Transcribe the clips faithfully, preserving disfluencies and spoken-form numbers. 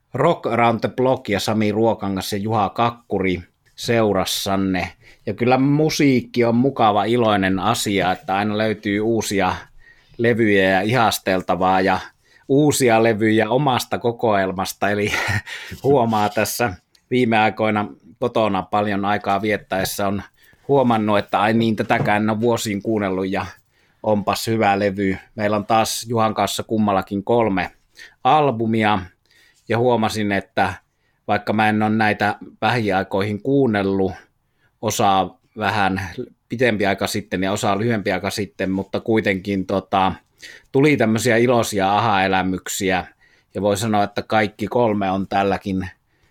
Rock Around the Block ja Sami Ruokangas ja Juha Kakkuri seurassanne. Ja kyllä musiikki on mukava, iloinen asia, että aina löytyy uusia levyjä ja ihasteltavaa ja uusia levyjä omasta kokoelmasta. Eli huomaa tässä viime aikoina kotona paljon aikaa viettäessä on huomannut, että ai niin, tätäkään en ole vuosiin kuunnellut ja onpas hyvä levy. Meillä on taas Juhan kanssa kummallakin kolme albumia ja huomasin, että vaikka mä en ole näitä vähiaikoihin kuunnellut, osaa vähän pitempi aika sitten ja osaa lyhyempi aika sitten, mutta kuitenkin tota, tuli tämmöisiä iloisia aha-elämyksiä ja voi sanoa, että kaikki kolme on tälläkin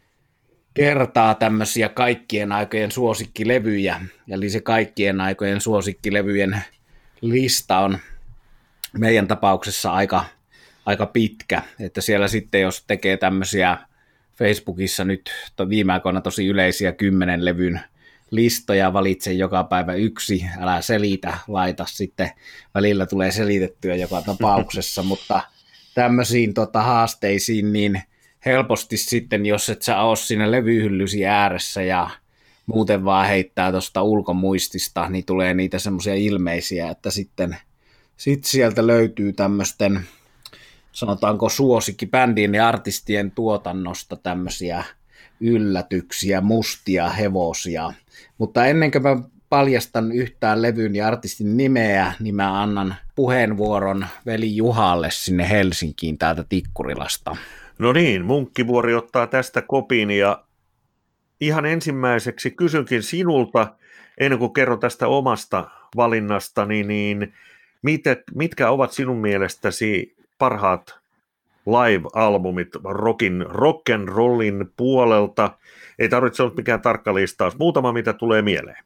kertaa tämmöisiä kaikkien aikojen suosikkilevyjä, eli se kaikkien aikojen suosikkilevyjen lista on meidän tapauksessa aika, aika pitkä, että siellä sitten jos tekee tämmöisiä Facebookissa nyt viime aikoina tosi yleisiä kymmenen levyn listoja, valitse joka päivä yksi, älä selitä, laita sitten, välillä tulee selitettyä joka tapauksessa, mutta tämmöisiin tota, haasteisiin niin helposti sitten, jos et sä ole siinä levyhyllysi ääressä ja muuten vaan heittää tuosta ulkomuistista, niin tulee niitä semmoisia ilmeisiä, että sitten sit sieltä löytyy tämmöisten, sanotaanko suosikki bändien ja artistien tuotannosta tämmöisiä yllätyksiä, mustia hevosia. Mutta ennen kuin mä paljastan yhtään levyn ja artistin nimeä, niin mä annan puheenvuoron veli Juhalle sinne Helsinkiin täältä Tikkurilasta. No niin, Munkkivuori ottaa tästä kopin ja ihan ensimmäiseksi kysynkin sinulta, ennen kuin kerron tästä omasta valinnastani, niin mitä, mitkä ovat sinun mielestäsi parhaat live-albumit rockin, rock'n'rollin puolelta? Ei tarvitse olla mikään tarkka listaus, muutama mitä tulee mieleen.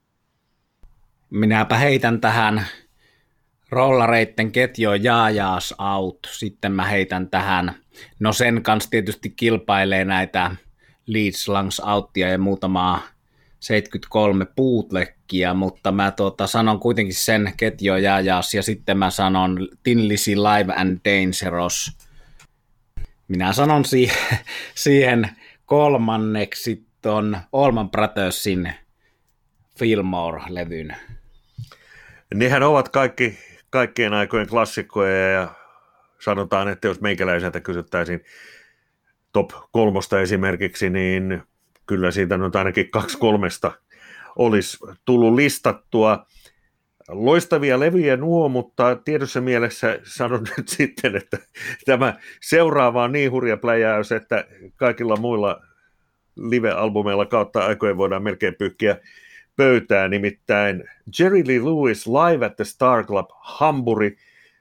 Minäpä heitän tähän rollareitten ketjo Jaajaas Out, sitten mä heitän tähän, no sen kanssa tietysti kilpailee näitä Leeds Lungs Outia ja muutamaa seitsemänkymmentäkolme bootleggia, mutta mä tuota, sanon kuitenkin sen ketjo Jaajaas ja sitten mä sanon Tin Lizzy Live and Dangerous. Minä sanon siihen, siihen kolmanneksi ton Allman Brothersin Fillmore-levyn. Nehän ovat kaikki kaikkien aikojen klassikkoja ja sanotaan, että jos meikäläiseltä kysyttäisiin top kolmosta esimerkiksi, niin kyllä siitä nyt ainakin kaksi kolmesta olisi tullut listattua. Loistavia levyjä nuo, mutta tietyssä mielessä sanon nyt sitten, että tämä seuraava on niin hurja pläjäys, että kaikilla muilla live-albumeilla kautta aikojen voidaan melkein pyyhkiä pöytää, nimittäin Jerry Lee Lewis Live at the Star Club Hamburg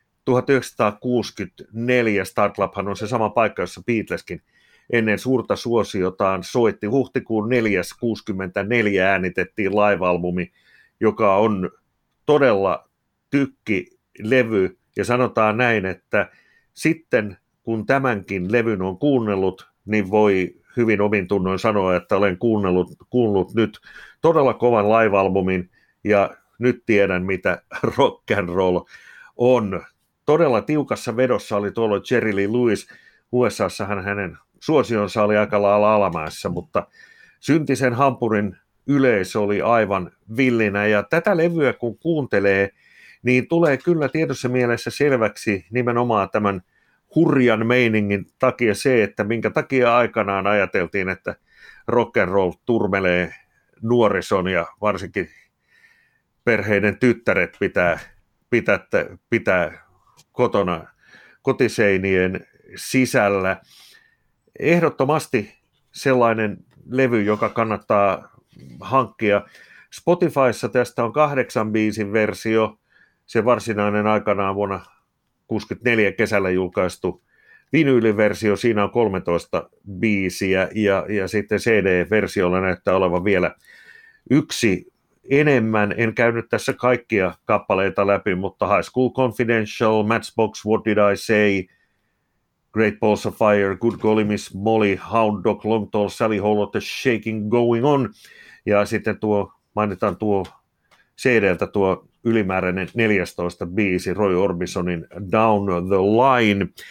tuhatyhdeksänsataakuusikymmentäneljä. Star Clubhan on se sama paikka, jossa Beatleskin ennen suurta suosiotaan soitti. Huhtikuun neljäs kuusikymmentäneljä äänitettiin live-albumi, joka on todella tykkilevy, ja sanotaan näin, että sitten kun tämänkin levyn on kuunnellut, niin voi hyvin omin tunnoin sanoa, että olen kuunnellut, kuunnellut nyt todella kovan live-albumin, ja nyt tiedän, mitä rock and roll on. Todella tiukassa vedossa oli tuolla Jerry Lee Lewis. U S A:ssahan hänen suosionsa oli aika lailla alamäessä, mutta syntisen Hampurin yleisö oli aivan villinä, ja tätä levyä kun kuuntelee, niin tulee kyllä tietyssä mielessä selväksi nimenomaan tämän hurjan meiningin takia se, että minkä takia aikanaan ajateltiin, että rock and roll turmelee nuorison ja varsinkin perheiden tyttäret pitää, pitää, pitää kotona kotiseinien sisällä. Ehdottomasti sellainen levy, joka kannattaa hankkia. Spotifyssa tästä on kahdeksan biisin versio, se varsinainen aikanaan vuonna kuusikymmentäneljä kesällä julkaistu vinyyliversio, siinä on kolmetoista biisiä, ja, ja sitten C D-versiolla näyttää olevan vielä yksi enemmän. En käynyt tässä kaikkia kappaleita läpi, mutta High School Confidential, Matchbox, What Did I Say, Great Balls of Fire, Good Golly Miss Molly, Hound Dog, Long Tall Sally, Whole Lotta Shaking Going On, ja sitten tuo, mainitaan tuo C D:ltä tuo ylimääräinen neljästoista biisi, Roy Orbisonin Down the Line.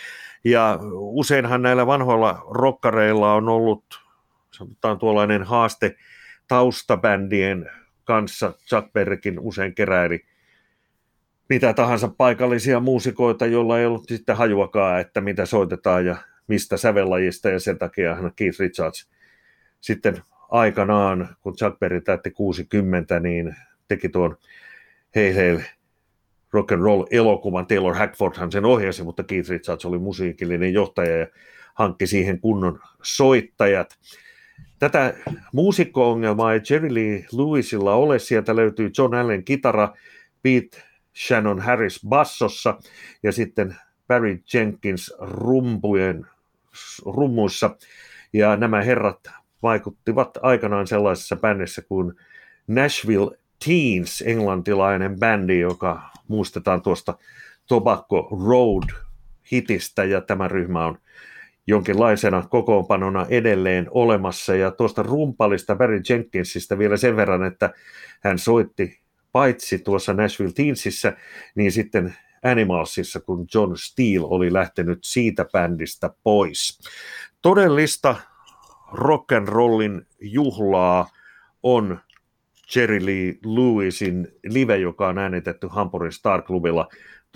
Ja useinhan näillä vanhoilla rokkareilla on ollut, sanotaan tuollainen haaste taustabändien kanssa. Chuck Berrykin usein keräili mitä tahansa paikallisia muusikoita, joilla ei ollut sitten hajuakaan, että mitä soitetaan ja mistä sävellajista, ja sen takia Keith Richards sitten aikanaan, kun Chuck Berry täytti kuusikymmentä, niin teki tuon Hey Hey rock and roll elokuvan. Taylor Hackfordhan sen ohjasi, mutta Keith Richards oli musiikillinen johtaja ja hankki siihen kunnon soittajat. Tätä muusikko-ongelmaa ei Jerry Lee Lewisilla ole. Sieltä löytyy John Allen kitara, Pete Shannon Harris bassossa ja sitten Barry Jenkins rumpujen, rummuissa. Ja nämä herrat vaikuttivat aikanaan sellaisessa bändissä kuin Nashville Teens, englantilainen bändi, joka muistetaan tuosta Tobacco Road-hitistä, ja tämä ryhmä on jonkinlaisena kokoonpanona edelleen olemassa. Ja tuosta rumpalista Barry Jenkinsistä vielä sen verran, että hän soitti paitsi tuossa Nashville Teensissä, niin sitten Animalsissa, kun John Steele oli lähtenyt siitä bändistä pois. Todellista rock'n'rollin juhlaa on Jerry Lee Lewisin live, joka on äänitetty Hampurin Star Clubilla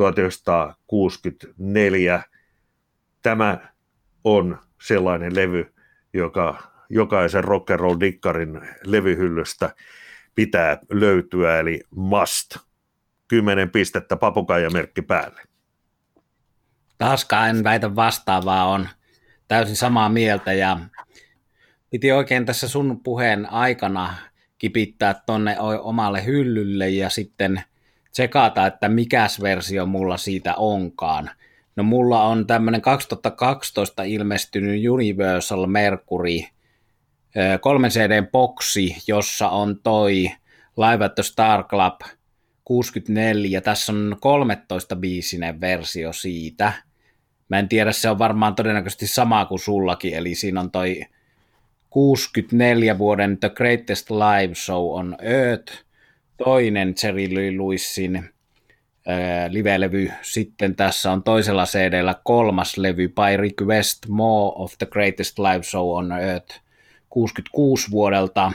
tuhatyhdeksänsataakuusikymmentäneljä. Tämä on sellainen levy, joka jokaisen rock'n'roll-dikkarin levyhyllystä pitää löytyä, eli must. Kymmenen pistettä papukaijamerkki päälle. Taaskaan en väitä vastaavaa, on täysin samaa mieltä, ja piti oikein tässä sun puheen aikana kipittää tonne omalle hyllylle ja sitten tsekata, että mikäs versio mulla siitä onkaan. No mulla on tämmönen kaksituhattakaksitoista ilmestynyt Universal Mercury kolmen C D:n boksi, jossa on toi Live at the Star Club kuusikymmentäneljä. Tässä on kolmetoista biisinen versio siitä. Mä en tiedä, se on varmaan todennäköisesti sama kuin sullakin, eli siinä on toi kuusikymmentäneljä vuoden The Greatest Live Show on Earth, toinen Jerry Lee Lewisin äh, live-levy, sitten tässä on toisella C D:llä kolmas levy By Request More of the Greatest Live Show on Earth kuusikymmentäkuusi vuodelta,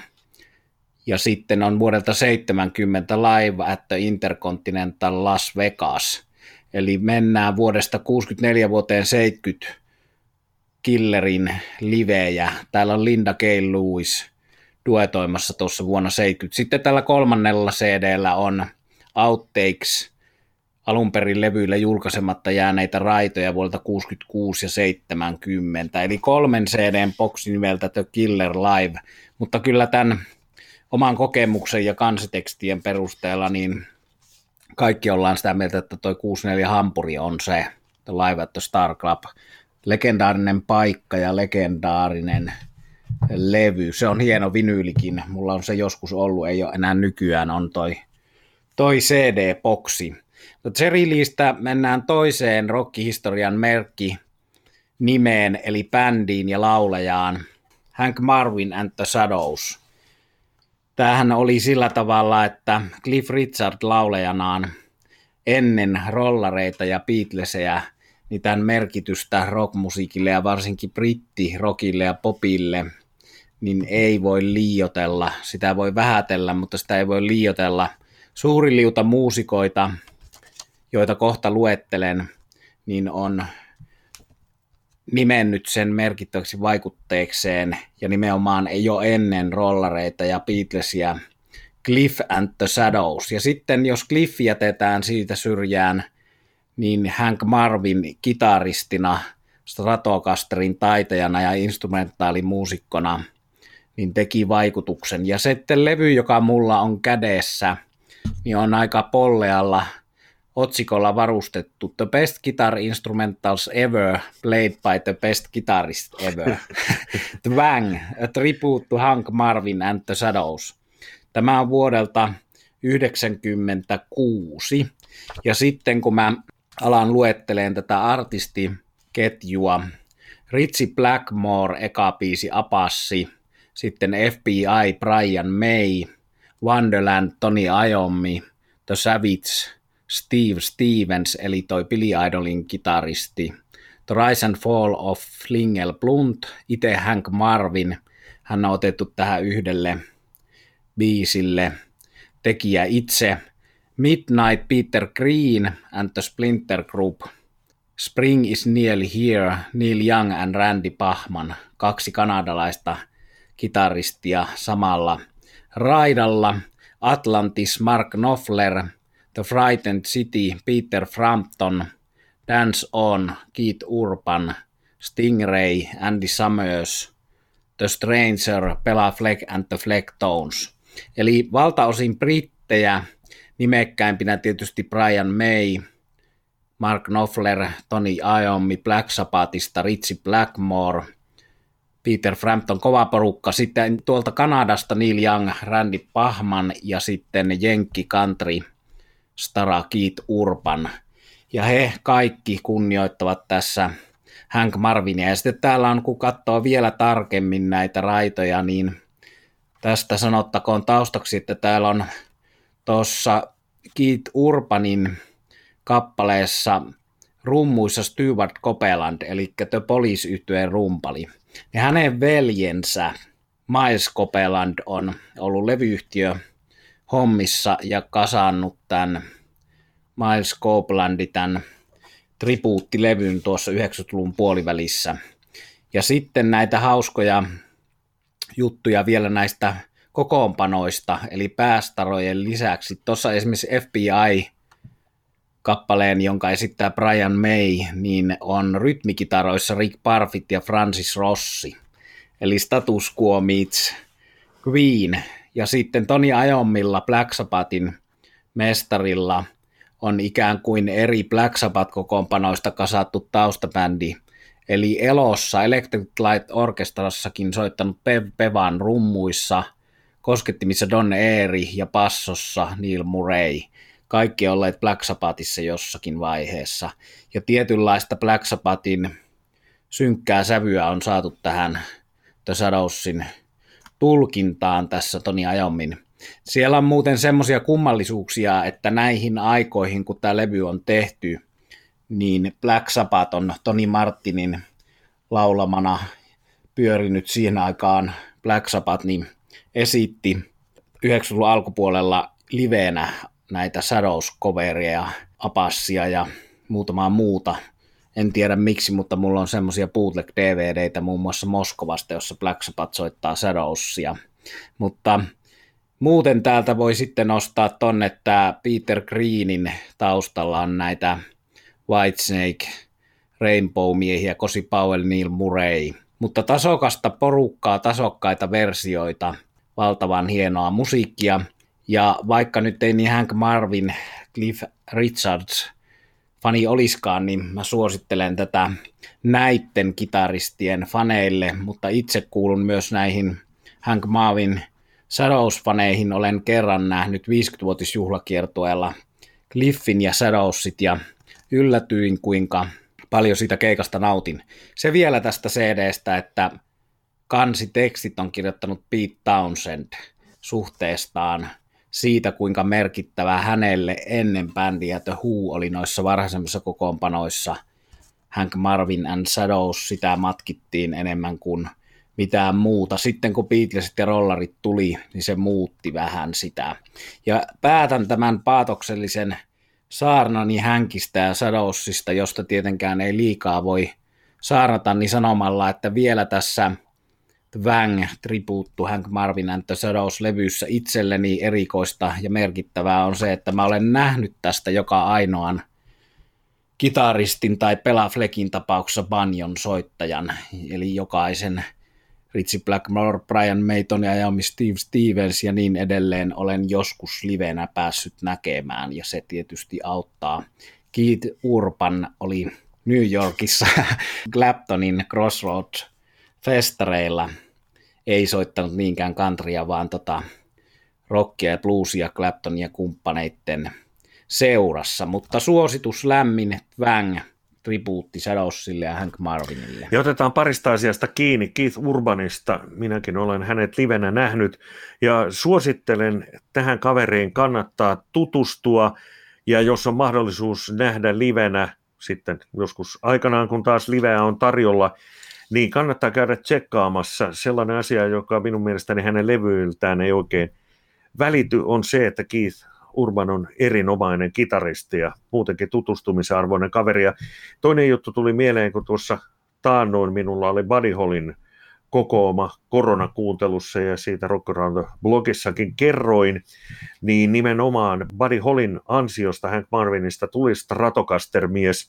ja sitten on vuodelta seitsemänkymmentä Live at the Intercontinental Las Vegas, eli mennään vuodesta kuusikymmentäneljä vuoteen seitsemänkymmentä Killerin livejä. Täällä on Linda Gay Lewis duetoimassa tuossa vuonna seitsemänkymmentä. Sitten tällä kolmannella C D:llä on Outtakes, alun perin levyillä julkaisematta jääneitä raitoja vuodelta kuusikymmentäkuusi ja seitsemänkymmentä, eli kolmen C D:n boksi nimeltä The Killer Live, mutta kyllä tämän oman kokemuksen ja kansitekstien perusteella niin kaikki ollaan sitä mieltä, että toi kuusikymmentäneljä Hampuri on se The Live at the Star Club. Legendaarinen paikka ja legendaarinen levy. Se on hieno vinyylikin. Mulla on se joskus ollut, ei ole enää nykyään, on toi, toi C D-boksi. No Jerry Leestä mennään toiseen rockihistorian merkki nimeen, eli bändiin ja laulajaan. Hank Marvin and the Shadows. Tämähän oli sillä tavalla, että Cliff Richard laulajanaan ennen rollareita ja Beatleseja niin tämän merkitystä rockmusiikille ja varsinkin brittirockille ja popille, niin ei voi liioitella. Sitä voi vähätellä, mutta sitä ei voi liioitella. Suuri liuta muusikoita, joita kohta luettelen, niin on nimennyt sen merkittäväksi vaikutteekseen, ja nimenomaan ei ole ennen rollareita ja Beatlesia, Cliff and the Shadows. Ja sitten jos Cliff jätetään siitä syrjään, niin Hank Marvin kitaristina, Stratocasterin taitajana ja instrumentaalimuusikkona niin teki vaikutuksen. Ja sitten levy, joka mulla on kädessä, niin on aika pollealla otsikolla varustettu The Best Guitar Instrumentals Ever Played by the Best Guitarist Ever. Twang, a tribute to Hank Marvin and the Shadows. Tämä on vuodelta yhdeksänkymmentäkuusi. Ja sitten kun mä alan luetteleen tätä artistiketjua, Ritchie Blackmore, eka biisi Apassi, sitten F B I, Brian May, Wonderland, Tony Iommi, The Savage, Steve Stevens, eli toi Billy Idolin kitaristi, The Rise and Fall of Flingel Blunt, itse Hank Marvin, hän on otettu tähän yhdelle biisille, tekijä itse, Midnight Peter Green and the Splinter Group, Spring is Nearly Here, Neil Young and Randy Bachman, kaksi kanadalaista kitaristia samalla raidalla, Atlantis, Mark Knopfler, The Frightened City, Peter Frampton, Dance On, Keith Urban, Stingray, Andy Summers, The Stranger, Bela Fleck and the Flecktones. Eli valtaosin brittejä, nimekkäimpinä tietysti Brian May, Mark Knopfler, Tony Iommi Black Sabbathista, Ritchie Blackmore, Peter Frampton, kova porukka. Sitten tuolta Kanadasta Neil Young, Randy Bachman ja sitten Jenkki Country stara Keith Urban. Ja he kaikki kunnioittavat tässä Hank Marvinia. Ja sitten täällä on, kun katsoo vielä tarkemmin näitä raitoja, niin tästä sanottakoon taustaksi, että täällä on tuossa Keith Urbanin kappaleessa rummuissa Stuart Copeland, eli The Police-yhtyeen rumpali. Ja hänen veljensä Miles Copeland on ollut levyyhtiö hommissa ja kasannut tämän Miles Copelandin tämän tribuuttilevyn tuossa yhdeksänkymmentäluvun puolivälissä. Ja sitten näitä hauskoja juttuja vielä näistä kokoonpanoista, eli päästarojen lisäksi. Tuossa esimerkiksi F B I-kappaleen, jonka esittää Brian May, niin on rytmikitaroissa Rick Parfitt ja Francis Rossi. Eli Status Quo meets Queen. Ja sitten Tony Iomilla, Black Sabbathin mestarilla, on ikään kuin eri Black Sabbath-kokoonpanoista kasattu taustabändi. Eli elossa Electric Light Orchestrassakin soittanut Bev Bevan rummuissa, koskettimissa Don Airey ja bassossa Neil Murray. Kaikki olleet Black Sabbathissa jossakin vaiheessa. Ja tietynlaista Black Sabbathin synkkää sävyä on saatu tähän The Shadowsin tulkintaan tässä Tony Iommin. Siellä on muuten semmoisia kummallisuuksia, että näihin aikoihin, kun tämä levy on tehty, niin Black Sabbath on Tony Martinin laulamana pyörinyt siihen aikaan. Black Sabbath niin esitti yhdeksänkymmentäluvun alkupuolella liveenä näitä Shadows-coveria, Apassia ja muutamaa muuta. En tiedä miksi, mutta mulla on semmoisia bootleg-D V D:itä muun muassa Moskovasta, jossa Black Sabbath soittaa Shadowsia. Mutta muuten täältä voi sitten nostaa tonne, että Peter Greenin taustalla on näitä Whitesnake, Rainbow-miehiä, Cozy Powell, Neil Murray. Mutta tasokasta porukkaa, tasokkaita versioita, valtavan hienoa musiikkia. Ja vaikka nyt ei niin Hank Marvin, Cliff Richards fani oliskaan, niin mä suosittelen tätä näitten kitaristien faneille, mutta itse kuulun myös näihin Hank Marvin Shadows-faneihin. Olen kerran nähnyt viisikymmenvuotisjuhlakiertueella Cliffin ja Shadowsit ja yllätyin, kuinka paljon siitä keikasta nautin. Se vielä tästä C D:stä, että kansitekstit on kirjoittanut Pete Townshend suhteestaan siitä, kuinka merkittävä hänelle ennen bändiä The Who oli noissa varhaisemmissa kokoonpanoissa. Hank Marvin and Shadows, sitä matkittiin enemmän kuin mitään muuta. Sitten kun Beatlesit ja rollarit tuli, niin se muutti vähän sitä. Ja päätän tämän paatoksellisen saarnani Hankista ja Shadowsista, josta tietenkään ei liikaa voi saarnata, niin sanomalla, että vielä tässä Wang Tribute to Hank Marvin and the Shadows-levyssä itselleni erikoista ja merkittävää on se, että mä olen nähnyt tästä joka ainoan kitaristin tai Bela Fleckin tapauksessa banjon soittajan, eli jokaisen Ritchie Blackmore, Brian May, Tony Iommi, Steve Stevens ja niin edelleen olen joskus livenä päässyt näkemään, ja se tietysti auttaa. Keith Urban oli New Yorkissa Claptonin Crossroads-festareilla, ei soittanut niinkään countrya, vaan tota rockia ja bluesia Clapton ja kumppaneitten seurassa, mutta suositus lämmin Wang tribuutti Shadowsille ja Hank Marvinille. Ja otetaan parista asiasta kiinni. Keith Urbanista, minäkin olen hänet livenä nähnyt, ja suosittelen tähän kaveriin kannattaa tutustua, ja jos on mahdollisuus nähdä livenä, sitten joskus aikanaan, kun taas liveä on tarjolla, niin kannattaa käydä tsekkaamassa. Sellainen asia, joka minun mielestäni hänen levyiltään ei oikein välity, on se, että Keith Urban on erinomainen kitaristi ja muutenkin tutustumisarvoinen kaveri. Ja toinen juttu tuli mieleen, kun tuossa taannoin minulla oli Buddy Hollin kokooma koronakuuntelussa ja siitä Rock Around the blogissakin kerroin, niin nimenomaan Buddy Hollin ansiosta Hank Marvinista tuli Stratocaster-mies.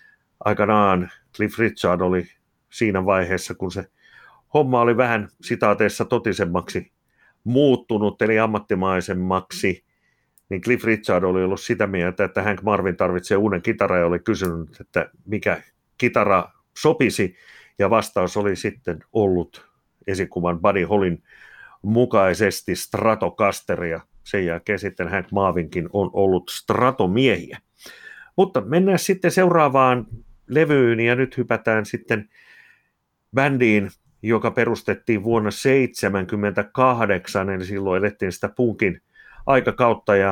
Aikanaan Cliff Richard oli siinä vaiheessa, kun se homma oli vähän sitaateessa totisemmaksi muuttunut, eli ammattimaisemmaksi, niin Cliff Richard oli ollut sitä mieltä, että Hank Marvin tarvitsee uuden kitaran ja oli kysynyt, että mikä kitara sopisi, ja vastaus oli sitten ollut esikuvan Buddy Hollin mukaisesti Stratocaster, ja sen jälkeen sitten Hank Marvinkin on ollut Stratomiehiä. Mutta mennään sitten seuraavaan levyyn, ja nyt hypätään sitten bändiin, joka perustettiin vuonna seitsemänkymmentäkahdeksan, eli silloin elettiin sitä punkin aikakautta, ja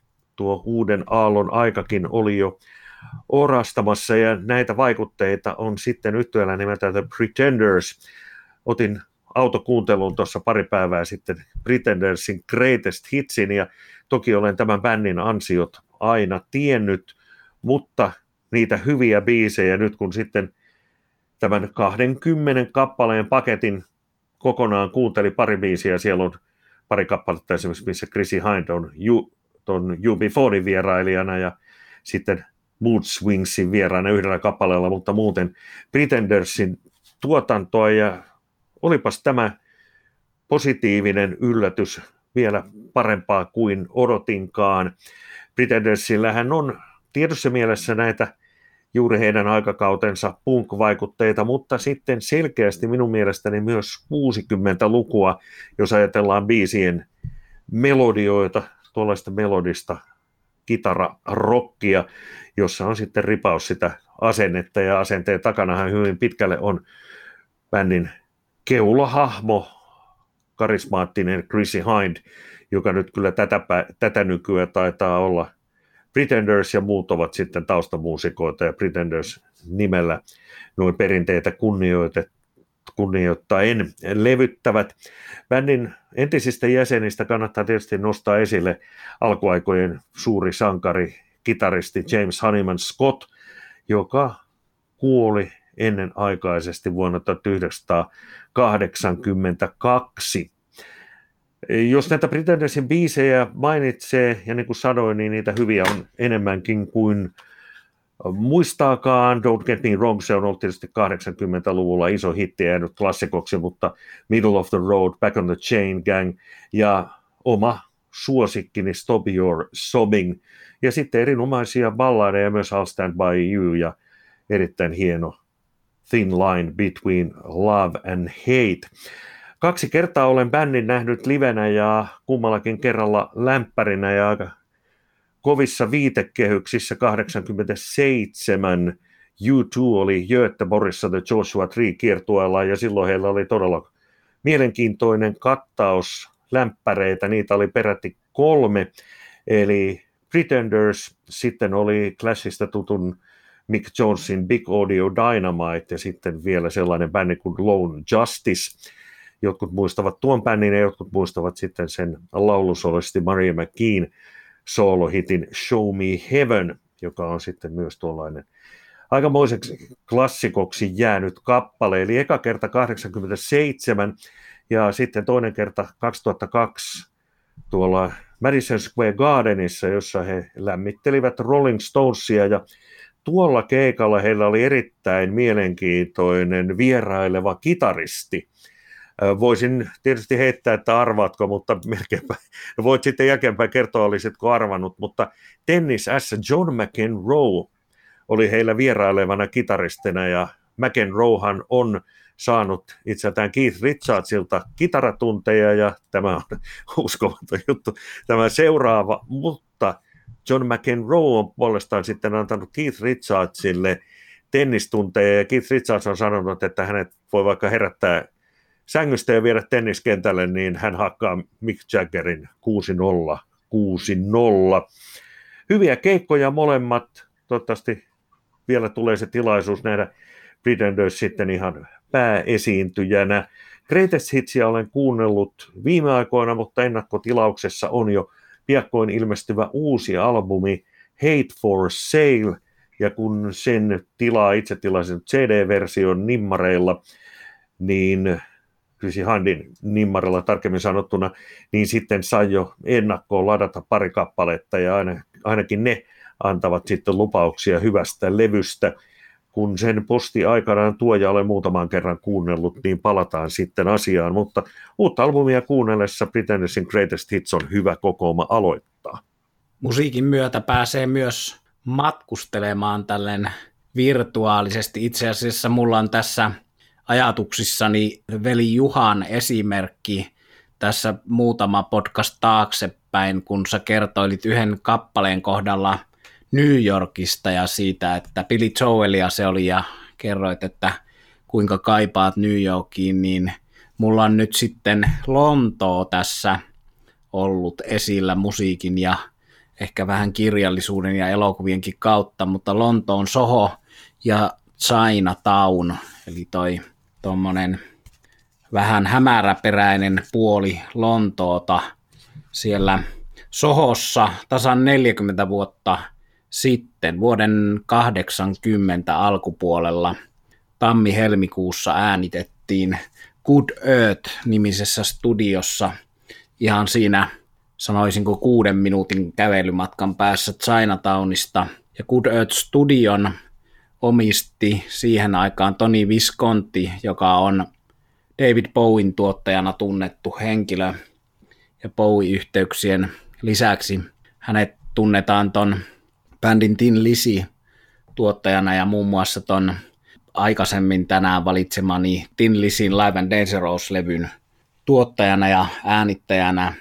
tuo uuden aallon aikakin oli jo orastamassa, ja näitä vaikutteita on sitten yhtyeellä nimeltä The Pretenders. Otin autokuunteluun tuossa pari päivää sitten Pretendersin Greatest Hitsin, ja toki olen tämän bändin ansiot aina tiennyt, mutta niitä hyviä biisejä nyt kun sitten tämän kaksikymmentä kappaleen paketin kokonaan kuunteli pari biisiä, siellä on pari kappaletta esimerkiksi, missä Chrissy Hind on U, ton U B neljäkymmentä vierailijana ja sitten Mood Swingsin vieraana yhdellä kappaleella, mutta muuten Pretendersin tuotantoa, ja olipas tämä positiivinen yllätys vielä parempaa kuin odotinkaan. Pretendersillähän on tiedossa mielessä näitä juuri heidän aikakautensa punk-vaikutteita, mutta sitten selkeästi minun mielestäni myös kuusikymmentälukua, jos ajatellaan biisien melodioita, tuollaista melodista kitararokkia, jossa on sitten ripaus sitä asennetta, ja asenteen takanahan hyvin pitkälle on bändin keulahahmo, karismaattinen Chrissy Hind, joka nyt kyllä tätä, tätä nykyä taitaa olla. Pretenders ja muut ovat sitten taustamuusikoita, ja Pretenders nimellä noin perinteitä kunnioittaen levyttävät. Bändin entisistä jäsenistä kannattaa tietysti nostaa esille alkuaikojen suuri sankari, kitaristi James Honeyman Scott, joka kuoli ennenaikaisesti vuonna tuhatyhdeksänsataakahdeksankymmentäkaksi. Jos näitä Pretendersin biisejä mainitsee, ja niin kuin sanoin, niin niitä hyviä on enemmänkin kuin muistaakaan. Don't Get Me Wrong, se on ollut tietysti kahdeksankymmentäluvulla iso hitti ja jäänyt klassikoksi, mutta Middle of the Road, Back on the Chain Gang ja oma suosikkini Stop Your Sobbing. Ja sitten erinomaisia balladeja myös I'll Stand By You ja erittäin hieno Thin Line Between Love and Hate. Kaksi kertaa olen bändin nähnyt livenä ja kummallakin kerralla lämpärinä ja aika kovissa viitekehyksissä. Kahdeksankymmentäseitsemän U kaksi oli Göteborgissa The Joshua Tree -kiertueella, ja silloin heillä oli todella mielenkiintoinen kattaus lämpäreitä. Niitä oli peräti kolme, eli Pretenders, sitten oli Clashista tutun Mick Jonesin Big Audio Dynamite ja sitten vielä sellainen bändi kuin Lone Justice. Jotkut muistavat tuon bändin ja jotkut muistavat sitten sen laulusolisti Maria McKean soolohitin Show Me Heaven, joka on sitten myös tuollainen aikamoiseksi klassikoksi jäänyt kappale. Eli eka kerta kahdeksankymmentäseitsemän ja sitten toinen kerta kaksituhattakaksi tuolla Madison Square Gardenissa, jossa he lämmittelivät Rolling Stonesia, ja tuolla keikalla heillä oli erittäin mielenkiintoinen vieraileva kitaristi. Voisin tietysti heittää, että arvaatko, mutta melkeinpä voit sitten jälkeenpäin kertoa, olisitko arvannut, mutta tennisässä John McEnroe oli heillä vierailevana kitaristina, ja McEnroehan on saanut itseltään Keith Richardsilta kitaratunteja, ja tämä on uskomaton juttu, tämä seuraava, mutta John McEnroe on puolestaan sitten antanut Keith Richardsille tennistunteja, ja Keith Richards on sanonut, että hänet voi vaikka herättää sängystä ja viedä tenniskentälle, niin hän hakkaa Mick Jaggerin kuusi nolla, kuusi nolla. Hyviä keikkoja molemmat, toivottavasti vielä tulee se tilaisuus nähdä Pretenders sitten ihan pääesiintyjänä. Greatest Hitsia olen kuunnellut viime aikoina, mutta ennakkotilauksessa on jo piakkoin ilmestyvä uusi albumi Hate for Sale, ja kun sen tilaa, itse tilasin C D-version nimmareilla, niin Chrissy Hindin nimmarilla tarkemmin sanottuna, niin sitten sai jo ennakkoon ladata pari kappaletta, ja aina, ainakin ne antavat sitten lupauksia hyvästä levystä. Kun sen posti aikanaan tuo ja olen muutaman kerran kuunnellut, niin palataan sitten asiaan, mutta uutta albumia kuunnellessa Pretendersin Greatest Hits on hyvä kokooma aloittaa. Musiikin myötä pääsee myös matkustelemaan tälleen virtuaalisesti. Itse asiassa mulla on tässä ajatuksissani veli Juhan esimerkki tässä muutama podcast taaksepäin, kun sä kertoilit yhden kappaleen kohdalla New Yorkista ja siitä, että Billy Joelia se oli ja kerroit, että kuinka kaipaat New Yorkiin, niin mulla on nyt sitten Lontoo tässä ollut esillä musiikin ja ehkä vähän kirjallisuuden ja elokuvienkin kautta, mutta Lontoon Soho ja Chinatown, eli toi tommonen vähän hämäräperäinen puoli Lontoota siellä Sohossa tasan neljäkymmentä vuotta sitten, vuoden kahdeksankymmentä alkupuolella tammi-helmikuussa äänitettiin Good Earth-nimisessä studiossa ihan siinä sanoisinko kuuden minuutin kävelymatkan päässä Chinatownista. Ja Good Earth Studion omisti siihen aikaan Tony Visconti, joka on David Bowen tuottajana tunnettu henkilö. Ja Bowie-yhteyksien lisäksi hänet tunnetaan ton bändin Tin Lizzy tuottajana ja muun muassa ton aikaisemmin tänään valitsemani Tin Lizzyn Live and Dangerous-levyn tuottajana ja äänittäjänä.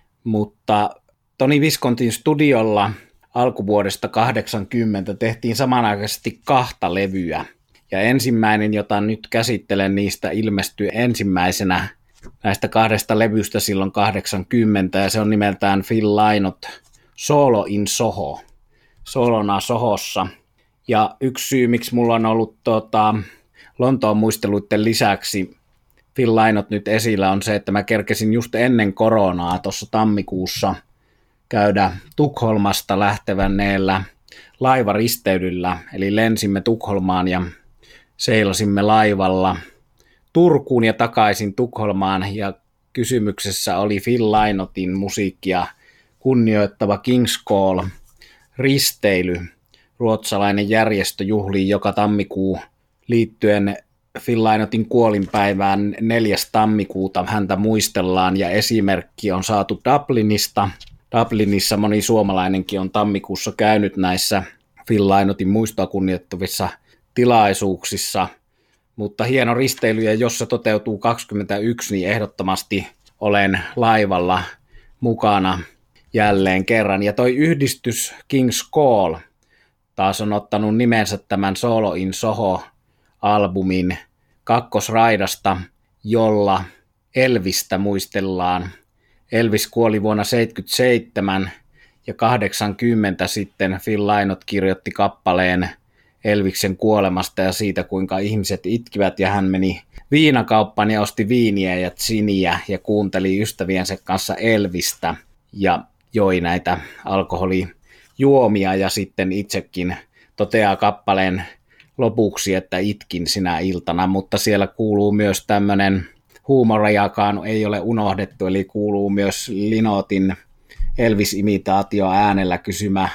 Mutta Tony Viscontin studiolla alkuvuodesta kahdeksankymmentä tehtiin samanaikaisesti kahta levyä. Ja ensimmäinen, jota nyt käsittelen, niistä ilmestyi ensimmäisenä näistä kahdesta levystä silloin kahdeksankymmentä, ja se on nimeltään Phil Lynott Solo in Soho, solona Sohossa. Ja yksi syy, miksi mulla on ollut tuota, Lontoon muisteluiden lisäksi Phil Lynott nyt esillä, on se, että mä kerkesin just ennen koronaa tuossa tammikuussa käydä Tukholmasta lähtevänneellä laivaristeydyllä, eli lensimme Tukholmaan ja seilasimme laivalla Turkuun ja takaisin Tukholmaan, ja kysymyksessä oli Phil Lynottin musiikkia kunnioittava King's Call risteily. Ruotsalainen järjestö juhlii joka tammikuu liittyen Phil Lynottin kuolinpäivään neljäs tammikuuta. Häntä muistellaan ja esimerkki on saatu Dublinista. Dublinissa moni suomalainenkin on tammikuussa käynyt näissä Phil Lynottin muistoa kunnioittavissa tilaisuuksissa. Mutta hieno risteily, ja jos se toteutuu kaksikymmentäyksi, niin ehdottomasti olen laivalla mukana jälleen kerran. Ja toi yhdistys King's Call taas on ottanut nimensä tämän Solo in Soho-albumin kakkosraidasta, jolla Elvistä muistellaan. Elvis kuoli vuonna seitsemänkymmentäseitsemän ja kahdeksankymmentä sitten Phil Lynott kirjoitti kappaleen Elviksen kuolemasta ja siitä, kuinka ihmiset itkivät, ja hän meni viinakauppaan ja osti viiniä ja tsiniä ja kuunteli ystäviensä kanssa Elvistä ja joi näitä alkoholijuomia, ja sitten itsekin toteaa kappaleen lopuksi, että itkin sinä iltana, mutta siellä kuuluu myös tämmöinen huumorajakaan ei ole unohdettu, eli kuuluu myös Lynottin Elvis-imitaatio äänellä kysymä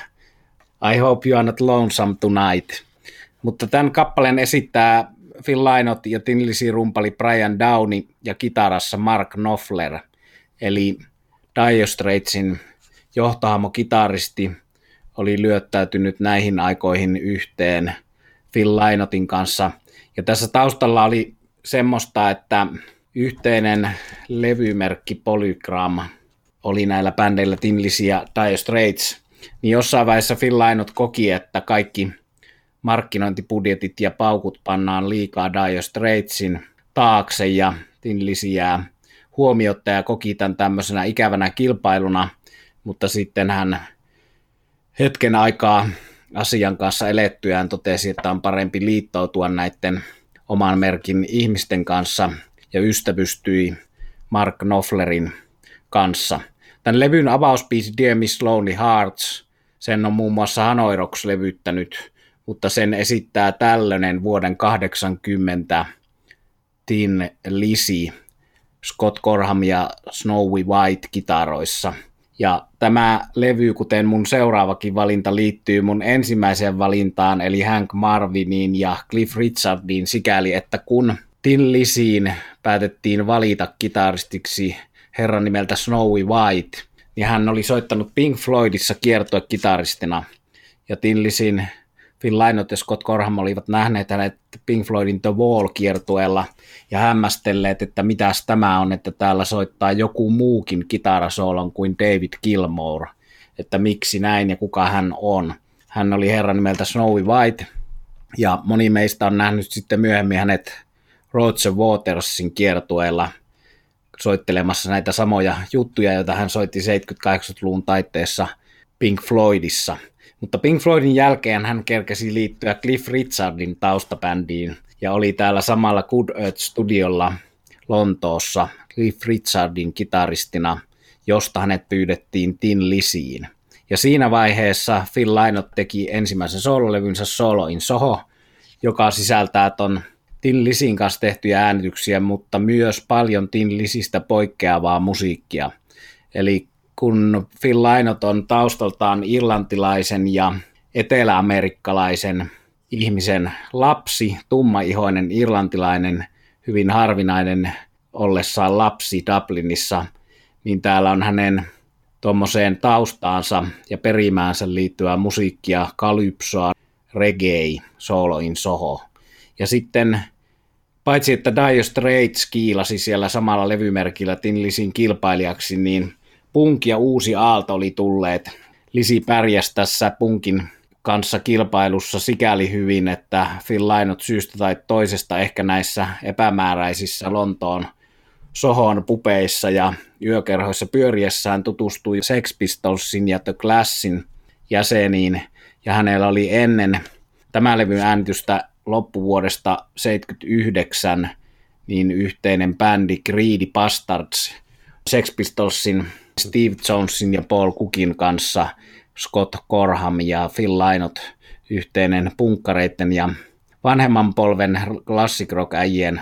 I hope you are not lonesome tonight. Mutta tämän kappaleen esittää Phil Lynott ja Tin Lizzy rumpali Brian Downey ja kitarassa Mark Knopfler, eli Dire Straitsin johtohahmo-kitaristi oli lyöttäytynyt näihin aikoihin yhteen Phil Lynottin kanssa. Ja tässä taustalla oli semmoista, että yhteinen levymerkki Polygram oli näillä bändeillä Tin Lizzy ja Dire Straits, niin jossain vaiheessa Phil Lynott koki, että kaikki markkinointibudjetit ja paukut pannaan liikaa Dire Straitsin taakse, ja Tin Lizzy jää huomiotta ja koki tämän tämmöisenä ikävänä kilpailuna, mutta sitten hän hetken aikaa asian kanssa elettyään totesi, että on parempi liittoutua näiden oman merkin ihmisten kanssa ja ystävystyi Mark Knopflerin kanssa. Tämän levyn avausbiisi Dear Miss Lonely Hearts, sen on muun muassa Hanoi Rocks levyttänyt, mutta sen esittää tällöinen vuoden kahdeksankymmentä Tin Lizzy, Scott Gorham ja Snowy White kitaroissa. Ja tämä levy, kuten mun seuraavakin valinta, liittyy mun ensimmäiseen valintaan, eli Hank Marviniin ja Cliff Richardiin sikäli, että kun Tin Lizzyin päätettiin valita kitaristiksi herran nimeltä Snowy White, niin hän oli soittanut Pink Floydissa kiertuekitaristina. Ja Tin Lizzyn Phil Lynott ja Scott Gorham olivat nähneet hänet Pink Floydin The Wall-kiertueella ja hämmästelleet, että mitäs tämä on, että täällä soittaa joku muukin kitarasoolon kuin David Gilmour, että miksi näin ja kuka hän on. Hän oli herran nimeltä Snowy White, ja moni meistä on nähnyt sitten myöhemmin hänet Roger Watersin kiertueella soittelemassa näitä samoja juttuja, joita hän soitti seitsemänkymmentä-kahdeksankymmentäluvun taitteessa Pink Floydissa. Mutta Pink Floydin jälkeen hän kerkesi liittyä Cliff Richardin taustabändiin ja oli täällä samalla Good Earth-studiolla Lontoossa Cliff Richardin kitaristina, josta hänet pyydettiin Tin Lizzyin. Ja siinä vaiheessa Phil Lynott teki ensimmäisen soololevynsä Solo in Soho, joka sisältää ton Tin Lizzyn kanssa tehtyjä äänityksiä, mutta myös paljon Tin Lizzystä poikkeavaa musiikkia. Eli kun Phil Lynott on taustaltaan irlantilaisen ja eteläamerikkalaisen ihmisen lapsi, tummaihoinen irlantilainen, hyvin harvinainen ollessaan lapsi Dublinissa, niin täällä on hänen tuommoiseen taustaansa ja perimäänsä liittyvää musiikkia, kalypsoa, reggae, Solo in Soho. Ja sitten paitsi että Dire Straits kiilasi siellä samalla levymerkillä Tin Lizzyn kilpailijaksi, niin punk ja uusi aalto oli tulleet. Lizzy pärjäsi tässä punkin kanssa kilpailussa sikäli hyvin, että Phil Lynott syystä tai toisesta ehkä näissä epämääräisissä Lontoon Sohon pubeissa ja yökerhoissa pyöriessään tutustui Sex Pistolsin ja The Clashin jäseniin, ja hänellä oli ennen tämän levyn äänitystä loppuvuodesta seitsemänkymmentäyhdeksän niin yhteinen bändi Greedy Bastards Sex Pistolsin, Steve Jonesin ja Paul Cookin kanssa, Scott Gorham ja Phil Lynott yhteinen punkkareitten ja vanhemman polven classic rock äijien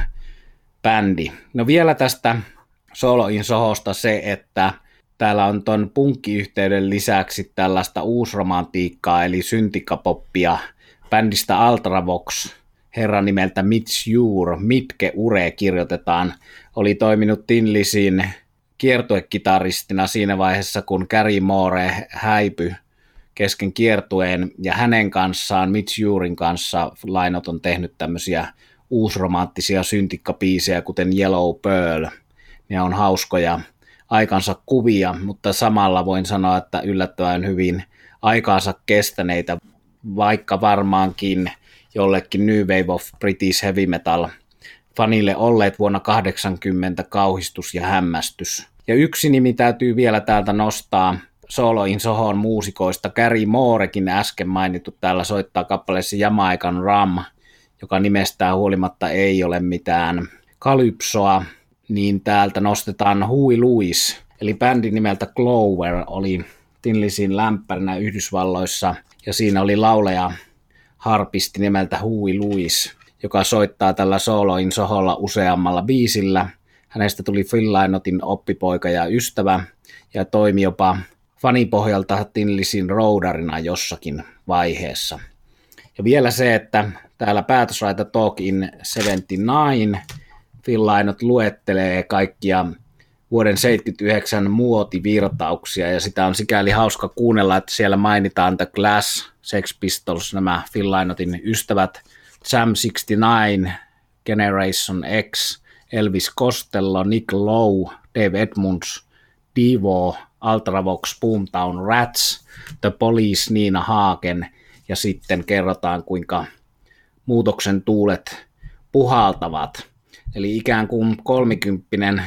bändi. No vielä tästä Solo in Sohosta se, että täällä on ton punkkiyhteyden lisäksi tällaista uusromantiikkaa eli syntikapoppia bändistä Ultravox, herran nimeltä Mitch Ure, Mitke Ure kirjoitetaan, oli toiminut Tin Lizzyn kiertuekitaristina siinä vaiheessa, kun Gary Moore häipyi kesken kiertueen, ja hänen kanssaan, Mitch Uren kanssa, Lynott on tehnyt tämmöisiä uusromanttisia syntikkabiisejä, kuten Yellow Pearl. Ne on hauskoja aikansa kuvia, mutta samalla voin sanoa, että yllättävän hyvin aikaansa kestäneitä, vaikka varmaankin jollekin New Wave of British Heavy Metal fanille olleet vuonna kahdeksankymmentä kauhistus ja hämmästys. Ja yksi nimi täytyy vielä täältä nostaa Solo in Sohon muusikoista. Gary Moorekin äsken mainittu täällä soittaa kappaleessa Jamaican Rum, joka nimestään huolimatta ei ole mitään kalypsoa, niin täältä nostetaan Huey Lewis, eli bändin nimeltä Clover oli Tin Lizzyn lämpärinä Yhdysvalloissa, ja siinä oli lauleja harpisti nimeltä Huey Lewis, joka soittaa tällä Solo in Soholla useammalla biisillä. Hänestä tuli Phil Lynottin oppipoika ja ystävä, ja toimi jopa fanipohjalta Tin Lizzyn roudarina jossakin vaiheessa. Ja vielä se, että täällä päätösraita Talk in seitsemänkymmentäyhdeksän Phil Lynott luettelee kaikkia vuoden seitsemänkymmentäyhdeksän muotivirtauksia, ja sitä on sikäli hauska kuunnella, että siellä mainitaan The Clash, Sex Pistols, nämä Phil Lynottin ystävät, Jam sixty-nine, Generation X, Elvis Costello, Nick Lowe, Dave Edmunds, Devo, Ultravox, Boomtown Rats, The Police, Nina Hagen, ja sitten kerrotaan, kuinka muutoksen tuulet puhaltavat. Eli ikään kuin kolmikymppinen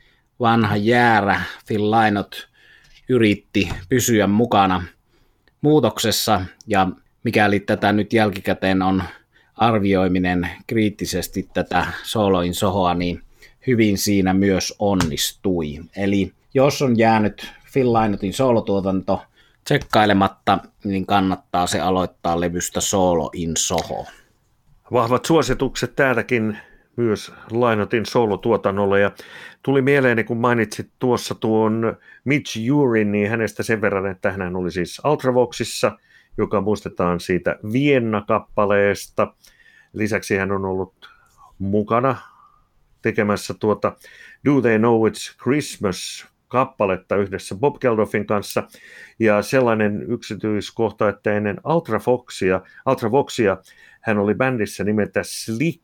vanha jäärä Phil Lynott yritti pysyä mukana muutoksessa, ja mikäli tätä nyt jälkikäteen on arvioiminen kriittisesti tätä Solo in Sohoa, niin hyvin siinä myös onnistui. Eli jos on jäänyt Phil Lynottin soolotuotanto tsekkailematta, niin kannattaa se aloittaa levystä Solo in Soho. Vahvat suositukset täältäkin myös Lynottin soolotuotannolle, ja tuli mieleeni, kun mainitsit tuossa tuon Mitch Urin, niin hänestä sen verran, että hän oli siis Ultravoxissa, joka muistetaan siitä Vienna-kappaleesta. Lisäksi hän on ollut mukana tekemässä tuota Do They Know It's Christmas-kappaletta yhdessä Bob Geldofin kanssa. Ja sellainen yksityiskohta, että ennen Ultravoxia, Ultravoxia hän oli bändissä nimeltä Slick,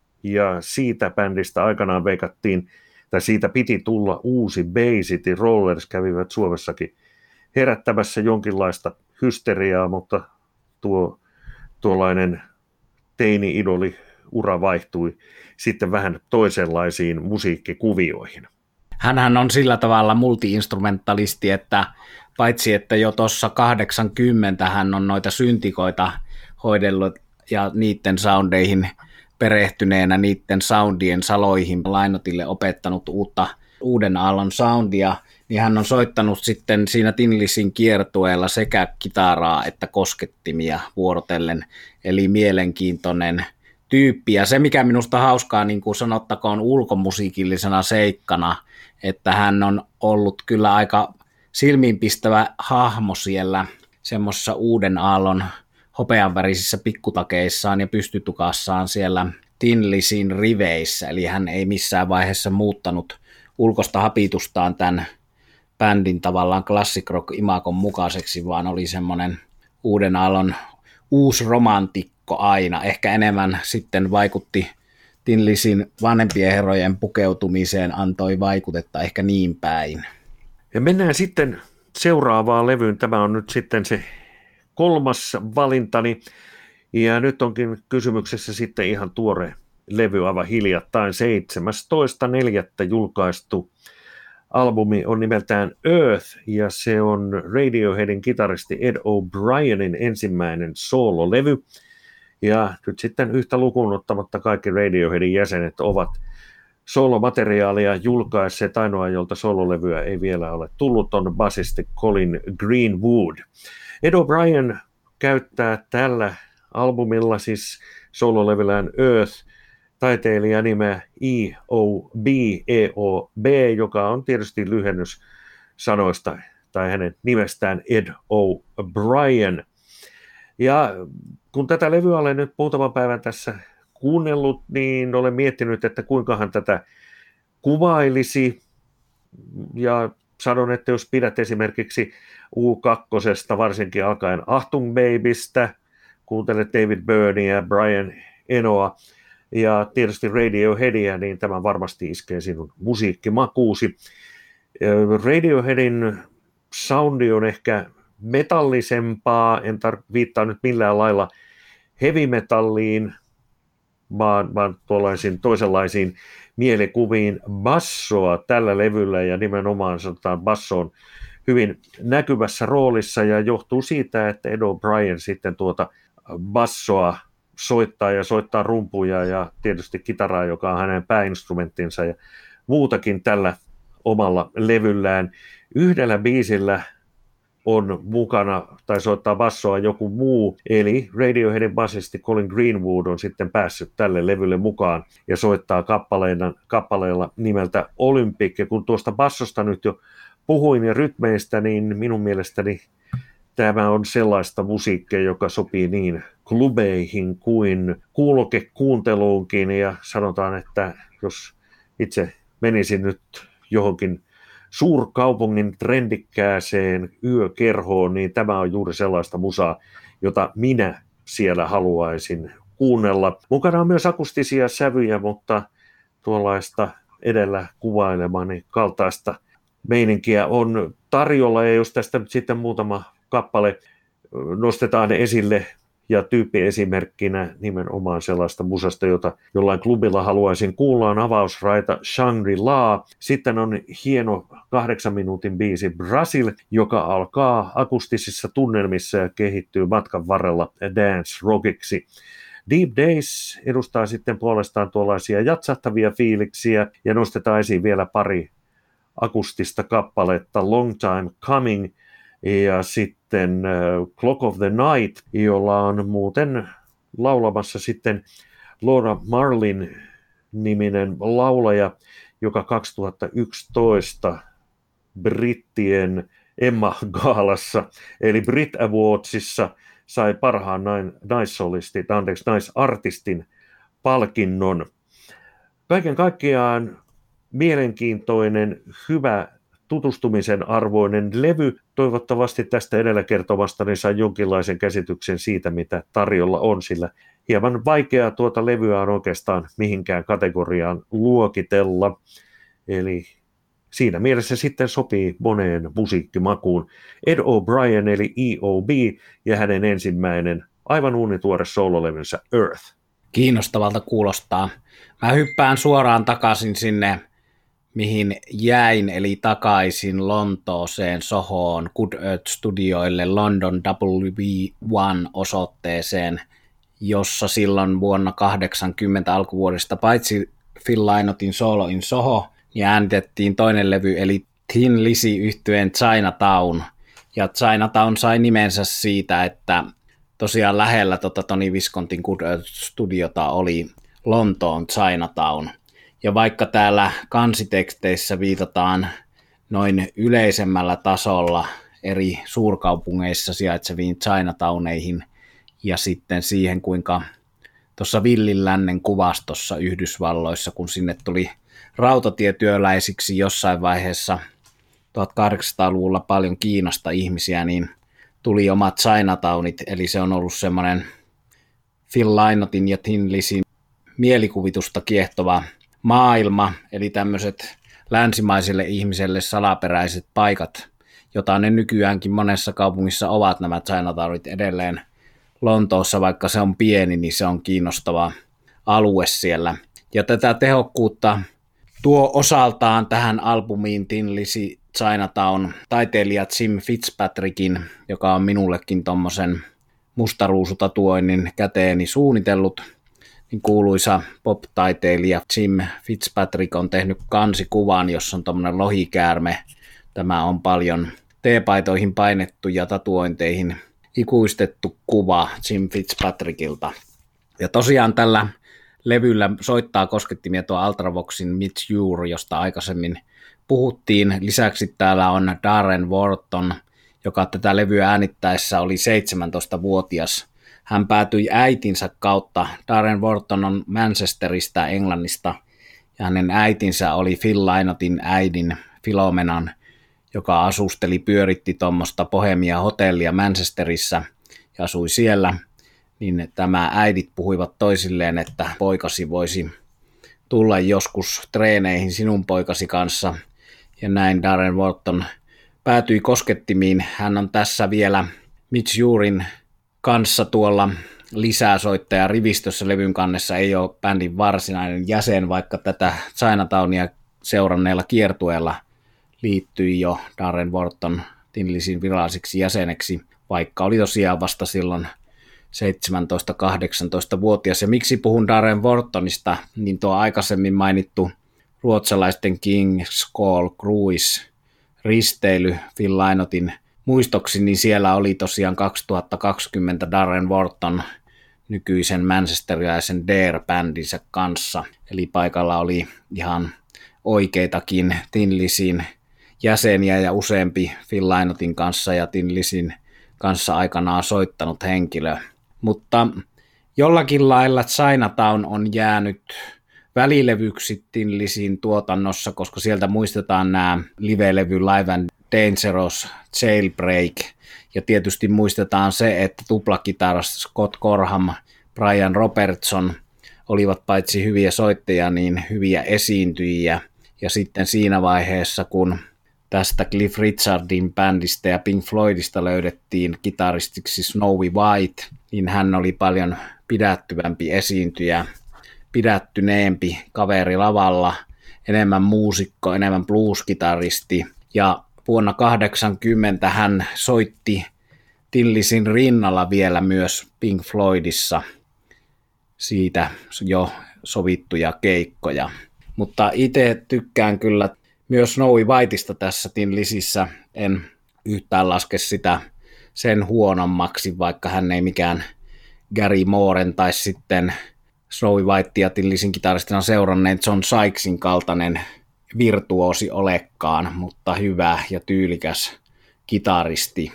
ja siitä bändistä aikanaan veikattiin, tai siitä piti tulla uusi Bay City Rollers, kävivät Suomessakin herättämässä jonkinlaista hysteriaa, mutta tuo tuollainen teini-idoli ura vaihtui sitten vähän toisenlaisiin musiikkikuvioihin. Hänhän on sillä tavalla multi-instrumentalisti, että paitsi että jo tuossa kahdeksankymmentä hän on noita syntikoita hoidellut ja niiden soundeihin perehtyneenä, niiden soundien saloihin Lynotille opettanut uutta uuden aallon soundia, niin hän on soittanut sitten siinä Tin Lizin kiertueella sekä kitaraa että koskettimia vuorotellen, eli mielenkiintoinen tyyppi. Ja se, mikä minusta hauskaa, niin kuin sanottakoon ulkomusiikillisena seikkana, että hän on ollut kyllä aika silmiinpistävä hahmo siellä semmoisessa uuden aallon hopeanvärisissä pikkutakeissaan ja pystytukassaan siellä Tin Lizin riveissä, eli hän ei missään vaiheessa muuttanut ulkosta hapitustaan tämän bändin tavallaan classic rock imakon mukaiseksi, vaan oli semmoinen uuden aallon uusi romantikko aina. Ehkä enemmän sitten vaikutti Tin Lizin vanhempien herrojen pukeutumiseen, antoi vaikutetta ehkä niin päin. Ja mennään sitten seuraavaan levyyn. Tämä on nyt sitten se kolmas valintani. Ja nyt onkin kysymyksessä sitten ihan tuore levy aivan hiljattain, seitsemästoista neljättä julkaistu albumi on nimeltään Earth, ja se on Radioheadin kitaristi Ed O'Brienin ensimmäinen soololevy. Ja nyt sitten yhtä lukuun ottamatta kaikki Radioheadin jäsenet ovat soolomateriaalia julkaisseet. Ainoa, jolta soololevyä ei vielä ole tullut, on basisti Colin Greenwood. Ed O'Brien käyttää tällä albumilla, siis soololevyllään Earth, taiteilija nimeä E O B, E O B, joka on tietysti lyhennys sanoista tai hänen nimestään Ed O'Brien. Ja kun tätä levyä olen nyt muutaman päivän tässä kuunnellut, niin olen miettinyt, että kuinkahan tätä kuvailisi. Ja sanon, että jos pidät esimerkiksi U kaksi, varsinkin alkaen Achtung Babystä, kuuntelet David Byrneä, Brian Enoa ja tietysti Radioheadia, niin tämä varmasti iskee sinun musiikkimakuusi. Radioheadin soundi on ehkä metallisempaa, en tar- viittaa nyt millään lailla heavy metalliin, vaan, vaan tuollaisiin toisenlaisiin mielikuviin. Bassoa tällä levyllä, ja nimenomaan sanotaan basso on hyvin näkyvässä roolissa, ja johtuu siitä, että Ed O'Brien sitten tuota bassoa soittaa ja soittaa rumpuja ja tietysti kitaraa, joka on hänen pääinstrumenttinsa ja muutakin tällä omalla levyllään. Yhdellä biisillä on mukana tai soittaa bassoa joku muu, eli Radioheadin basisti Colin Greenwood on sitten päässyt tälle levylle mukaan ja soittaa kappaleena, kappaleella nimeltä Olympic. Ja kun tuosta bassosta nyt jo puhuin ja rytmeistä, niin minun mielestäni tämä on sellaista musiikkia, joka sopii niin klubeihin kuin kuulokekuunteluunkin, ja sanotaan, että jos itse menisin nyt johonkin suurkaupungin trendikkääseen yökerhoon, niin tämä on juuri sellaista musaa, jota minä siellä haluaisin kuunnella. Mukana on myös akustisia sävyjä, mutta tuollaista edellä kuvailemani kaltaista meininkiä on tarjolla, ja jos tästä nyt sitten muutama kappale nostetaan esille ja tyyppiesimerkkinä nimenomaan sellaista musasta, jota jollain klubilla haluaisin kuulla, on avausraita Shangri-La. Sitten on hieno kahdeksan minuutin biisi Brazil, joka alkaa akustisissa tunnelmissa ja kehittyy matkan varrella dance rockiksi. Deep Days edustaa sitten puolestaan tuollaisia jatsahtavia fiiliksiä ja nostetaan esiin vielä pari akustista kappaletta, Long Time Coming ja sitten Clock of the Night, jolla on muuten laulamassa sitten Laura Marlin niminen laulaja, joka kaksituhattayksitoista brittien Emma-gaalassa eli Brit Awardsissa sai parhaan naissolistin, anteeksi, naisartistin palkinnon. Kaiken kaikkiaan mielenkiintoinen, hyvä, tutustumisen arvoinen levy. Toivottavasti tästä edellä kertomastani sai jonkinlaisen käsityksen siitä, mitä tarjolla on, sillä hieman vaikeaa tuota levyä on oikeastaan mihinkään kategoriaan luokitella. Eli siinä mielessä sitten sopii moneen musiikkimakuun. Ed O'Brien eli E O B ja hänen ensimmäinen aivan uunituore soololevynsä Earth. Kiinnostavalta kuulostaa. Mä hyppään suoraan takaisin sinne, mihin jäin, eli takaisin Lontooseen Sohoon Good Earth Studioille London W yksi osoitteeseen, jossa silloin vuonna kahdeksankymmentä alkuvuodesta paitsi Phil Lynottin Solo in Soho, niin äänitettiin toinen levy, eli Thin Lizzy yhtyeen Chinatown. Ja Chinatown sai nimensä siitä, että tosiaan lähellä tota Tony Viscontin Good Earth Studiota oli Lontoon Chinatown. Ja vaikka täällä kansiteksteissä viitataan noin yleisemmällä tasolla eri suurkaupungeissa sijaitseviin Chinatowneihin ja sitten siihen, kuinka tuossa Villin lännen kuvastossa Yhdysvalloissa, kun sinne tuli rautatietyöläisiksi jossain vaiheessa tuhatkahdeksansataaluvulla paljon Kiinasta ihmisiä, niin tuli omat Chinatownit, eli se on ollut semmoinen Phil Lynotin ja Thin Lizzyn mielikuvitusta kiehtova maailma, eli tämmöiset länsimaisille ihmiselle salaperäiset paikat, jota ne nykyäänkin monessa kaupungissa ovat nämä Chinatownit edelleen. Lontoossa, vaikka se on pieni, niin se on kiinnostava alue siellä. Ja tätä tehokkuutta tuo osaltaan tähän albumiin Thin Lizzy Chinatown taiteilija Jim Fitzpatrickin, joka on minullekin tommosen mustaruusutatuoinnin käteeni suunnitellut, niin kuuluisa pop-taiteilija Jim Fitzpatrick on tehnyt kansikuvan, jossa on tommonen lohikäärme. Tämä on paljon teepaitoihin painettu ja tatuointeihin ikuistettu kuva Jim Fitzpatrickilta. Ja tosiaan tällä levyllä soittaa koskettimia tuo Ultravoxin Mitch Ure, josta aikaisemmin puhuttiin. Lisäksi täällä on Darren Wharton, joka tätä levyä äänittäessä oli seitsemäntoistavuotias. Hän päätyi äitinsä kautta. Darren Wharton on Manchesterista, Englannista, ja hänen äitinsä oli Phil Lynotin äidin Filomenan, joka asusteli, pyöritti tuommoista Bohemia hotellia Manchesterissa ja asui siellä, niin tämä äidit puhuivat toisilleen, että poikasi voisi tulla joskus treeneihin sinun poikasi kanssa, ja näin Darren Wharton päätyi koskettimiin. Hän on tässä vielä Mitch Uren kanssa tuolla lisäsoittaja rivistössä levyn kannessa, ei ole bändin varsinainen jäsen, vaikka tätä Chinatownia seuranneella kiertueella liittyi jo Darren Wharton Thin Lizzyn viralliseksi jäseneksi, vaikka oli tosiaan vasta silloin seitsemäntoista-kahdeksantoista-vuotias. Ja miksi puhun Darren Whartonista, niin tuo aikaisemmin mainittu ruotsalaisten King's Call Cruise risteily Phil Lynotin muistoksi, niin siellä oli tosiaan kaksituhattakaksikymmentä Darren Wharton nykyisen manchesterilaisen Dare-bändinsä kanssa. Eli paikalla oli ihan oikeitakin Thin Lizzyn jäseniä ja useampi Phil Lynotin kanssa ja Thin Lizzyn kanssa aikanaan soittanut henkilö. Mutta jollakin lailla Chinatown on jäänyt välilevyksi Thin Lizzyn tuotannossa, koska sieltä muistetaan nämä live-levy Live and Dangerous, Jailbreak, ja tietysti muistetaan se, että tuplakitarasta Scott Gorham, Brian Robertson olivat paitsi hyviä soittajia, niin hyviä esiintyjiä, ja sitten siinä vaiheessa, kun tästä Cliff Richardin bändistä ja Pink Floydista löydettiin kitaristiksi Snowy White, niin hän oli paljon pidättyvämpi esiintyjä, pidättyneempi kaveri lavalla, enemmän muusikko, enemmän blues-kitaristi, ja vuonna kahdeksankymmentä hän soitti Tin Lizzyn rinnalla vielä myös Pink Floydissa siitä jo sovittuja keikkoja. Mutta itse tykkään kyllä myös Snowy Whiteista tässä Tin Lizzyssä, en yhtään laske sitä sen huonommaksi, vaikka hän ei mikään Gary Mooren tai sitten Snowy White ja Tin Lizzyn kitaristina seuranneen John Sykesin kaltainen virtuoosi olekaan, mutta hyvä ja tyylikäs kitaristi.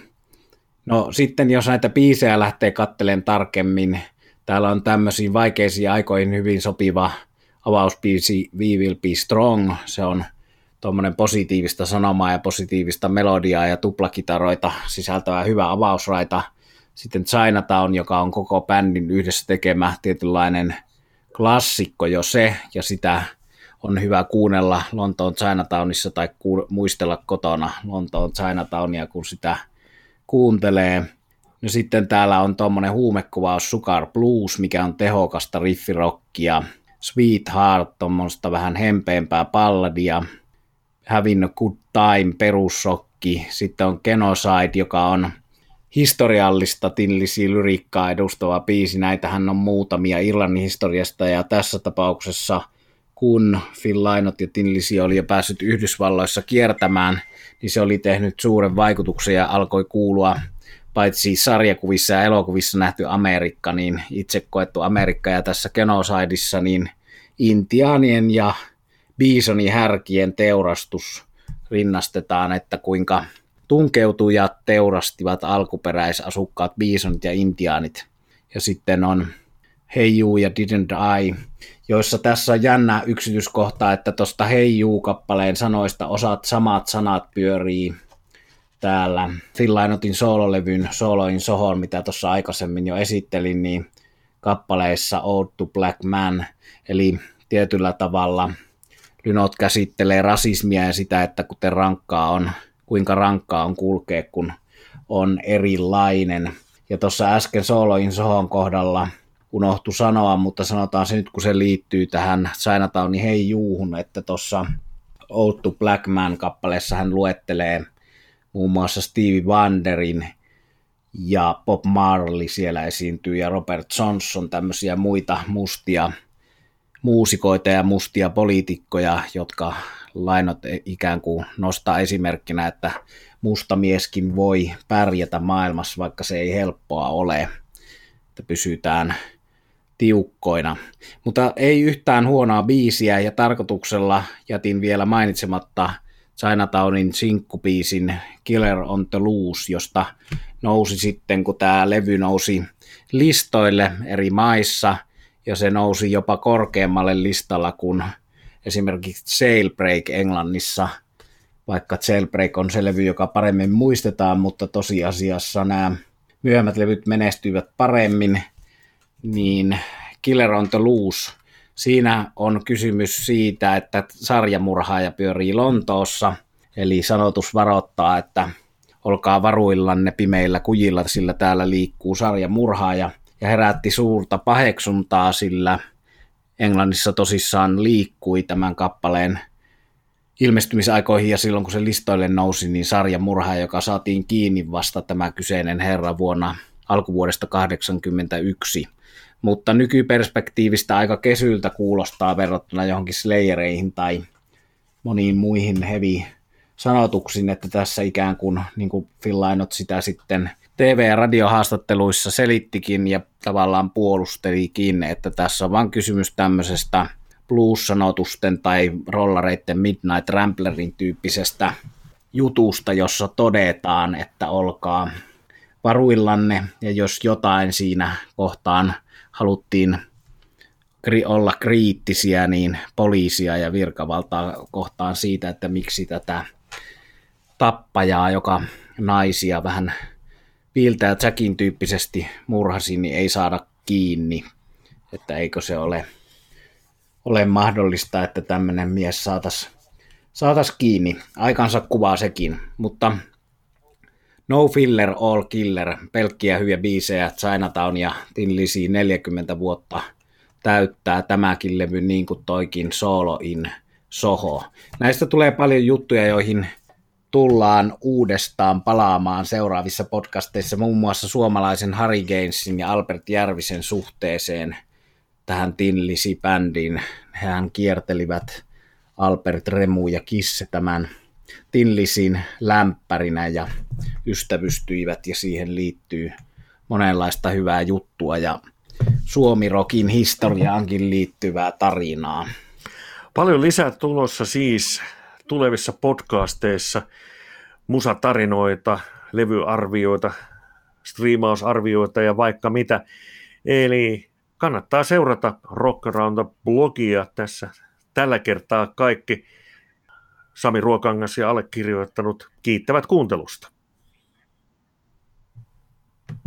No sitten jos näitä biisejä lähtee katselemaan tarkemmin, täällä on tämmöisiin vaikeisiin aikoihin hyvin sopiva avausbiisi We Will Be Strong. Se on tuommoinen positiivista sanomaa ja positiivista melodiaa ja tuplakitaroita sisältävä hyvä avausraita. Sitten Chinatown, joka on koko bändin yhdessä tekemä tietynlainen klassikko jo se, ja sitä on hyvä kuunnella Lontoon Chinatownissa tai ku- muistella kotona Lontoon Chinatownia, kun sitä kuuntelee. No sitten täällä on tuommoinen huumekuvaus Sugar Blues, mikä on tehokasta riffirockia. Sweetheart, tuommoista vähän hempeämpää balladia. Having a Good Time, perussokki. Sitten on Genocide, joka on historiallista Tin Lizzy lyriikkaa edustava biisi. Näitähän on muutamia Irlannin historiasta, ja tässä tapauksessa, kun Phil Lynott ja Tin Lizzy oli jo päässyt Yhdysvalloissa kiertämään, niin se oli tehnyt suuren vaikutuksen ja alkoi kuulua paitsi sarjakuvissa ja elokuvissa nähty Amerikka, niin itse koettu Amerikka, ja tässä Genocideissa niin intiaanien ja bisonin härkien teurastus rinnastetaan, että kuinka tunkeutujat teurastivat alkuperäisasukkaat bisonit ja intiaanit. Ja sitten on Hey You ja Didn't I, joissa tässä on jännä yksityiskohta, että tuosta Hey You-kappaleen sanoista osat samat sanat pyörii täällä Phil Lynottin soololevyn Solo in Sohon, mitä tuossa aikaisemmin jo esittelin, niin kappaleissa Ode to Black Man, eli tietyllä tavalla Lynott käsittelee rasismia ja sitä, että kuten rankkaa on, kuinka rankkaa on kulkea, kun on erilainen. Ja tuossa äsken Solo in Sohon kohdalla unohtui sanoa, mutta sanotaan se nyt, kun se liittyy tähän Chinatownin Hey Youhun, että tuossa Ode to Black Man -kappaleessa hän luettelee muun muassa Stevie Wonderin ja Bob Marley siellä esiintyy ja Robert Johnson, tämmöisiä muita mustia muusikoita ja mustia poliitikkoja, jotka Lynott ikään kuin nostaa esimerkkinä, että musta mieskin voi pärjätä maailmassa, vaikka se ei helppoa ole, että pysytään tiukkoina. Mutta ei yhtään huonoa biisiä, ja tarkoituksella jätin vielä mainitsematta Chinatownin sinkkubiisin Killer on the Loose, josta nousi sitten, kun tämä levy nousi listoille eri maissa, ja se nousi jopa korkeammalle listalla kuin esimerkiksi Jailbreak Englannissa, vaikka Jailbreak on se levy, joka paremmin muistetaan, mutta tosiasiassa nämä myöhemmät levyt menestyivät paremmin, niin Killer on the Loose, siinä on kysymys siitä, että sarjamurhaaja pyörii Lontoossa, eli sanotus varoittaa, että olkaa varuillanne pimeillä kujilla, sillä täällä liikkuu sarjamurhaaja, ja herätti suurta paheksuntaa, sillä Englannissa tosissaan liikkui tämän kappaleen ilmestymisaikoihin, ja silloin kun se listoille nousi, niin sarjamurhaaja, joka saatiin kiinni vasta tämä kyseinen herra vuonna alkuvuodesta kahdeksankymmentäyksi. Mutta nykyperspektiivistä aika kesyltä kuulostaa verrattuna johonkin Slayereihin tai moniin muihin heavy sanotuksiin, että tässä ikään kuin, niin kuin Phil Lynott sitä sitten T V- ja radiohaastatteluissa selittikin ja tavallaan puolustelikin, että tässä on vain kysymys tämmöisestä blues-sanotusten tai rollareiden Midnight Ramblerin tyyppisestä jutusta, jossa todetaan, että olkaa varuillanne, ja jos jotain siinä kohtaan haluttiin olla kriittisiä, niin poliisia ja virkavaltaa kohtaan siitä, että miksi tätä tappajaa, joka naisia vähän Viiltää Jackin tyyppisesti murhasi, niin ei saada kiinni, että eikö se ole, ole mahdollista, että tämmöinen mies saataisiin saatas kiinni. Aikansa kuvaa sekin, mutta No Filler, All Killer, pelkkiä hyviä biisejä, Chinatown ja Tin Lizzy neljäkymmentä vuotta täyttää tämäkin levy niin kuin toikin Solo in Soho. Näistä tulee paljon juttuja, joihin tullaan uudestaan palaamaan seuraavissa podcasteissa, muun muassa suomalaisen Harry Gainsin ja Albert Järvisen suhteeseen tähän Tin Lizzy-bändiin. Hehän kiertelivät Albert Remu ja Kisse tämän Tin Lizzyn lämpärinä ja ystävystyivät, ja siihen liittyy monenlaista hyvää juttua ja Suomi-rokin historiaankin liittyvää tarinaa. Paljon lisää tulossa siis tulevissa podcasteissa, musatarinoita, levyarvioita, striimausarvioita ja vaikka mitä. Eli kannattaa seurata Rock Around the blogia tässä tällä kertaa kaikki. Sami Ruokangas ja allekirjoittanut kiittävät kuuntelusta.